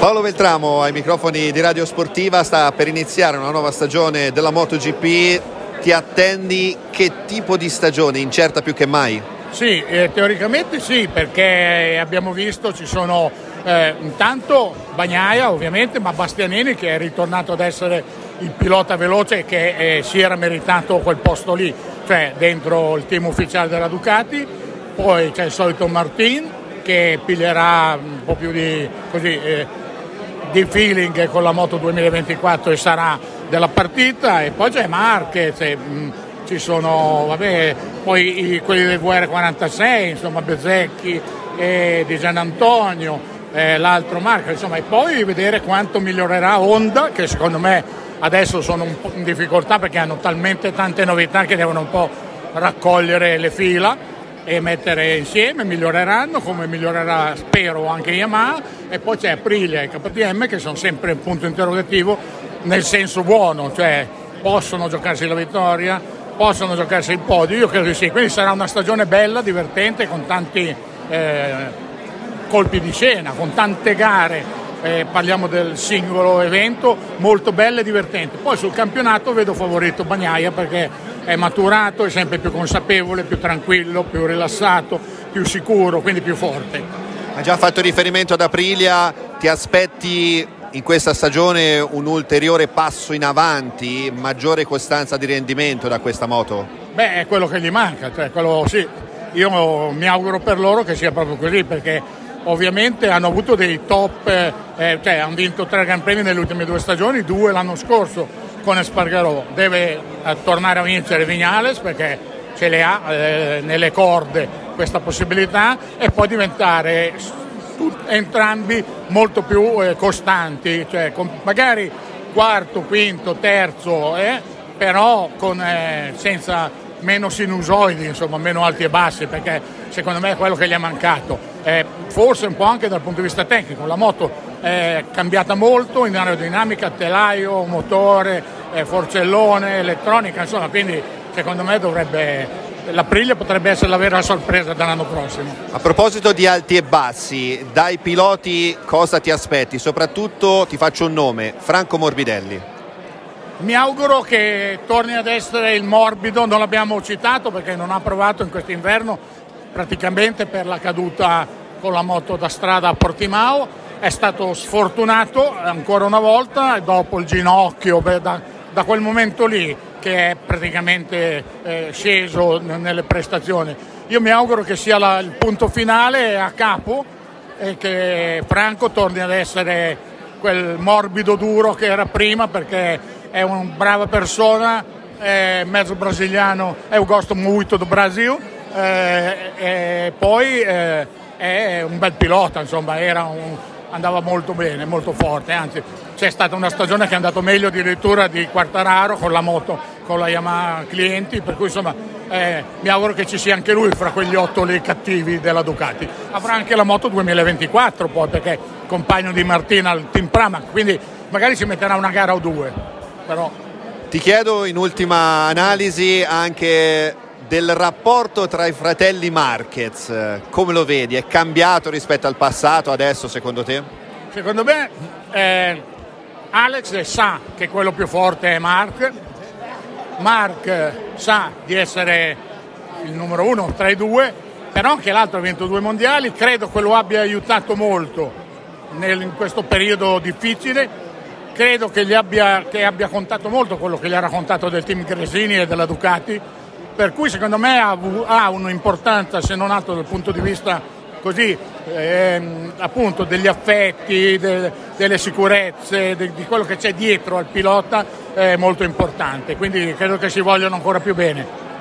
Paolo Beltramo ai microfoni di Radio Sportiva. Sta per iniziare una nuova stagione della MotoGP. Ti attendi che tipo di stagione, incerta più che mai? Sì, teoricamente sì, perché abbiamo visto ci sono intanto Bagnaia ovviamente, ma Bastianini che è ritornato ad essere il pilota veloce che si era meritato quel posto lì, cioè dentro il team ufficiale della Ducati. Poi c'è il solito Martin che piglierà un po' più di feeling con la Moto 2024 e sarà della partita, e poi c'è Marquez, ci sono poi quelli del VR46, insomma Bezzecchi e Di Giannantonio, l'altro Marquez, insomma, e poi vedere quanto migliorerà Honda, che secondo me adesso sono un po' in difficoltà perché hanno talmente tante novità che devono un po' raccogliere le fila e mettere insieme. Miglioreranno come migliorerà, spero, anche Yamaha. E poi c'è Aprilia e KTM che sono sempre un punto interrogativo nel senso buono, cioè possono giocarsi la vittoria, possono giocarsi il podio, io credo di sì, quindi sarà una stagione bella, divertente, con tanti colpi di scena, con tante gare. Parliamo del singolo evento, molto belle e divertenti. Poi sul campionato vedo favorito Bagnaia perché è maturato, è sempre più consapevole, più tranquillo, più rilassato, più sicuro, quindi più forte. Ha già fatto riferimento ad Aprilia, ti aspetti in questa stagione un ulteriore passo in avanti, maggiore costanza di rendimento da questa moto? Beh, è quello che gli manca, cioè quello sì. Io mi auguro per loro che sia proprio così, perché ovviamente hanno avuto dei top, cioè hanno vinto 3 Gran Premi nelle ultime 2 stagioni, 2 l'anno scorso con Espargarò. Deve tornare a vincere Viñales perché ce le ha nelle corde questa possibilità, e poi diventare entrambi molto più costanti, cioè magari quarto, quinto, terzo, però senza meno sinusoidi, insomma meno alti e bassi, perché secondo me è quello che gli è mancato. Forse un po' anche dal punto di vista tecnico, la moto è cambiata molto in aerodinamica, telaio, motore, forcellone, elettronica, insomma, quindi secondo me l'Aprilia potrebbe essere la vera sorpresa dell'anno prossimo. A proposito di alti e bassi, dai piloti cosa ti aspetti? Soprattutto ti faccio un nome, Franco Morbidelli. Mi auguro che torni ad essere il morbido, non l'abbiamo citato perché non ha provato in quest'inverno praticamente per la caduta con la moto da strada a Portimao, è stato sfortunato ancora una volta dopo il ginocchio, da quel momento lì che è praticamente sceso nelle prestazioni. Io mi auguro che sia il punto finale a capo e che Franco torni ad essere quel morbido duro che era prima, perché è una brava persona, mezzo brasiliano, eu gosto muito do Brasil, e poi è un bel pilota, insomma, andava molto bene, molto forte, anzi c'è stata una stagione che è andato meglio addirittura di Quartararo con la moto, con la Yamaha clienti, per cui insomma mi auguro che ci sia anche lui fra quegli 8 lì cattivi della Ducati. Avrà anche la moto 2024 poi, perché è compagno di Martina al team Pramac, quindi magari si metterà una gara o 2. Però ti chiedo in ultima analisi anche del rapporto tra i fratelli Marquez, come lo vedi? È cambiato rispetto al passato adesso secondo te? Secondo me Alex sa che quello più forte è Marc sa di essere il numero 1 tra i 2, però anche l'altro ha vinto 2 mondiali, credo che lo abbia aiutato molto in questo periodo difficile. Credo che abbia contato molto quello che gli ha raccontato del team Gresini e della Ducati, per cui secondo me ha un'importanza, se non altro dal punto di vista così appunto degli affetti, delle sicurezze, di quello che c'è dietro al pilota, molto importante, quindi credo che si vogliano ancora più bene.